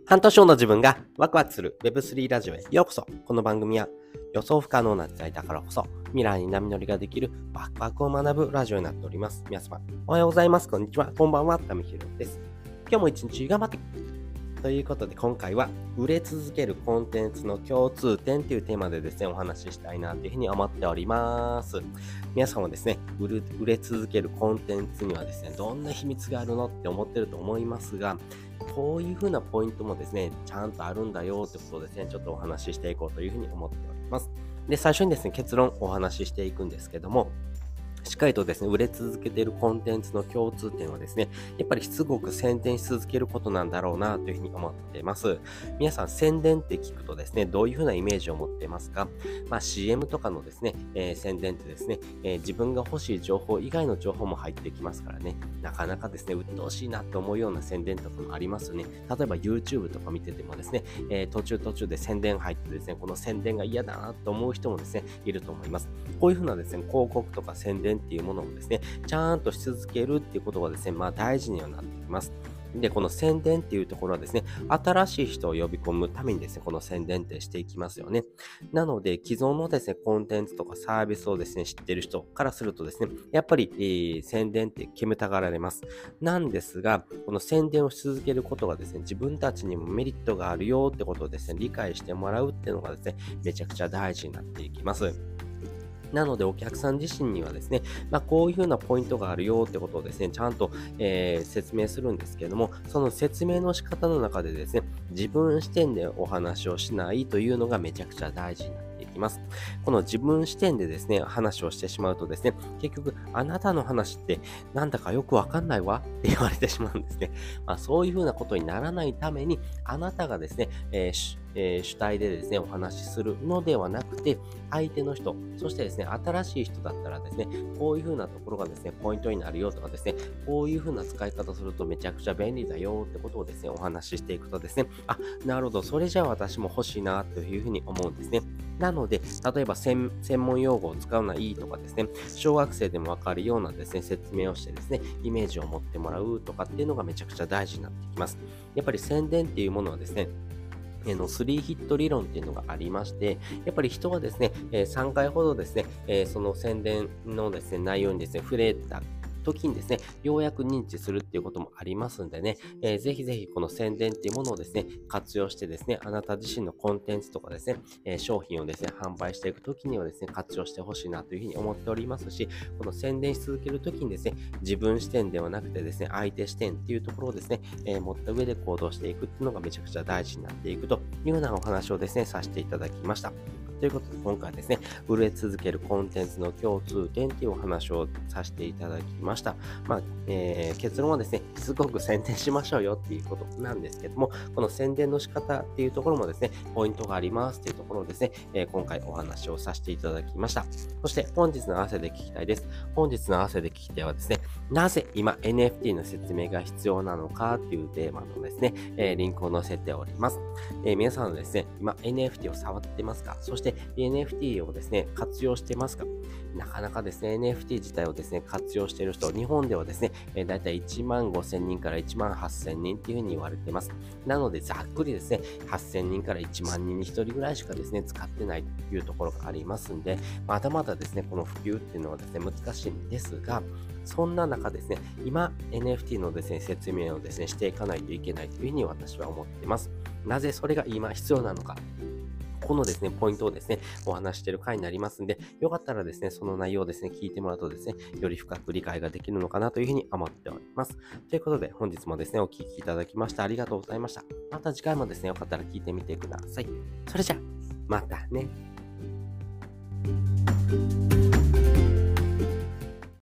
半年後の自分がワクワクする Web3 ラジオへようこそ。この番組は予想不可能な時代だからこそ未来に波乗りができるワクワクを学ぶラジオになっております。皆様おはようございます。こんにちは。こんばんは。たみひろです。今日も一日頑張ってということで、今回は売れ続けるコンテンツの共通点というテーマでですね、お話ししたいなというふうに思っております。皆さんはですね、売れ続けるコンテンツにはですね、どんな秘密があるのって思ってると思いますが、こういう風なポイントもですね、ちゃんとあるんだよってことをですね、ちょっとお話ししていこうというふうに思っております。で、最初にですね、結論お話ししていくんですけども、しっかりとですね、売れ続けているコンテンツの共通点はですね、やっぱりすごく宣伝し続けることなんだろうなというふうに思っています。皆さん宣伝って聞くとですね、どういうふうなイメージを持っていますか？CM とかのですね、宣伝ってですね、自分が欲しい情報以外の情報も入ってきますからね、なかなかですね、鬱陶しいなと思うような宣伝とかもありますよね。例えば YouTube とか見ててもですね、途中で宣伝入ってですね、この宣伝が嫌だなと思う人もですね、いると思います。こういうふうなですね、広告とか宣伝っていうものをですね、ちゃんとし続けるっていうことがですね、大事にはなってきます。で、この宣伝っていうところはですね、新しい人を呼び込むためにですね、この宣伝ってしていきますよね。なので、既存のですね、コンテンツとかサービスをですね、知ってる人からするとですね、やっぱり、宣伝って煙たがられます。なんですが、この宣伝をし続けることがですね、自分たちにもメリットがあるよってことをですね、理解してもらうっていうのがですね、めちゃくちゃ大事になっていきます。なので、お客さん自身にはですね、こういうふうなポイントがあるよってことをですね、ちゃんと、説明するんですけれども、その説明の仕方の中でですね、自分視点でお話をしないというのがめちゃくちゃ大事になっていきます。この自分視点でですね、話をしてしまうとですね、結局、あなたの話ってなんだかよくわかんないわって言われてしまうんですね。そういうふうなことにならないために、あなたがですね、主体でですね、お話しするのではなくて、相手の人、そしてですね、新しい人だったらですね、こういう風なところがですね、ポイントになるよとかですね、こういう風な使い方するとめちゃくちゃ便利だよってことをですね、お話ししていくとですね、なるほど、それじゃあ私も欲しいなという風に思うんですね。なので、例えば専門用語を使うのはいいとかですね、小学生でもわかるようなですね、説明をしてですね、イメージを持ってもらうとかっていうのがめちゃくちゃ大事になってきます。やっぱり宣伝っていうものはですね、3ヒット理論っていうのがありまして、やっぱり人はですね、3回ほどですね、その宣伝のですね、内容にですね、触れた時にですね、ようやく認知するっていうこともありますんでね、ぜひぜひこの宣伝っていうものをですね、活用してですね、あなた自身のコンテンツとかですね、商品をですね、販売していくときにはですね、活用してほしいなというふうに思っておりますし、この宣伝し続けるときにですね、自分視点ではなくてですね、相手視点っていうところをですね、持った上で行動していくっていうのがめちゃくちゃ大事になっていくというようなお話をですね、させていただきました。ということで、今回はですね、売れ続けるコンテンツの共通点っていうお話をさせていただきました。結論はですね、すごく宣伝しましょうよっていうことなんですけども、この宣伝の仕方っていうところもですね、ポイントがありますっていうところをですね、今回お話をさせていただきました。そして本日の汗で聞きたいです。本日の汗で聞きたいはですね、なぜ今 NFT の説明が必要なのかっていうテーマのですね、リンクを載せております。皆さんはですね、今 NFT を触ってますか？そして NFT をですね、活用してますか？なかなかですね、NFT 自体をですね、活用している人、日本ではですね、だいたい1万5,000人から1万8,000人っていうふうに言われています。なので、ざっくりですね、8,000人から1万人に1人ぐらいしかですね、使ってないというところがありますんで、まだまだですね、この普及っていうのはですね、難しいんですが、そんな中ですね、今 NFT のですね、説明をですね、していかないといけないというふうに私は思っています。なぜそれが今必要なのか。このですね、ポイントをですね、お話している回になりますんで、よかったらですね、その内容をですね、聞いてもらうとですね、より深く理解ができるのかなというふうに思っております。ということで、本日もですね、お聞きいただきましてありがとうございました。また次回もですね、よかったら聞いてみてください。それじゃあ、またね。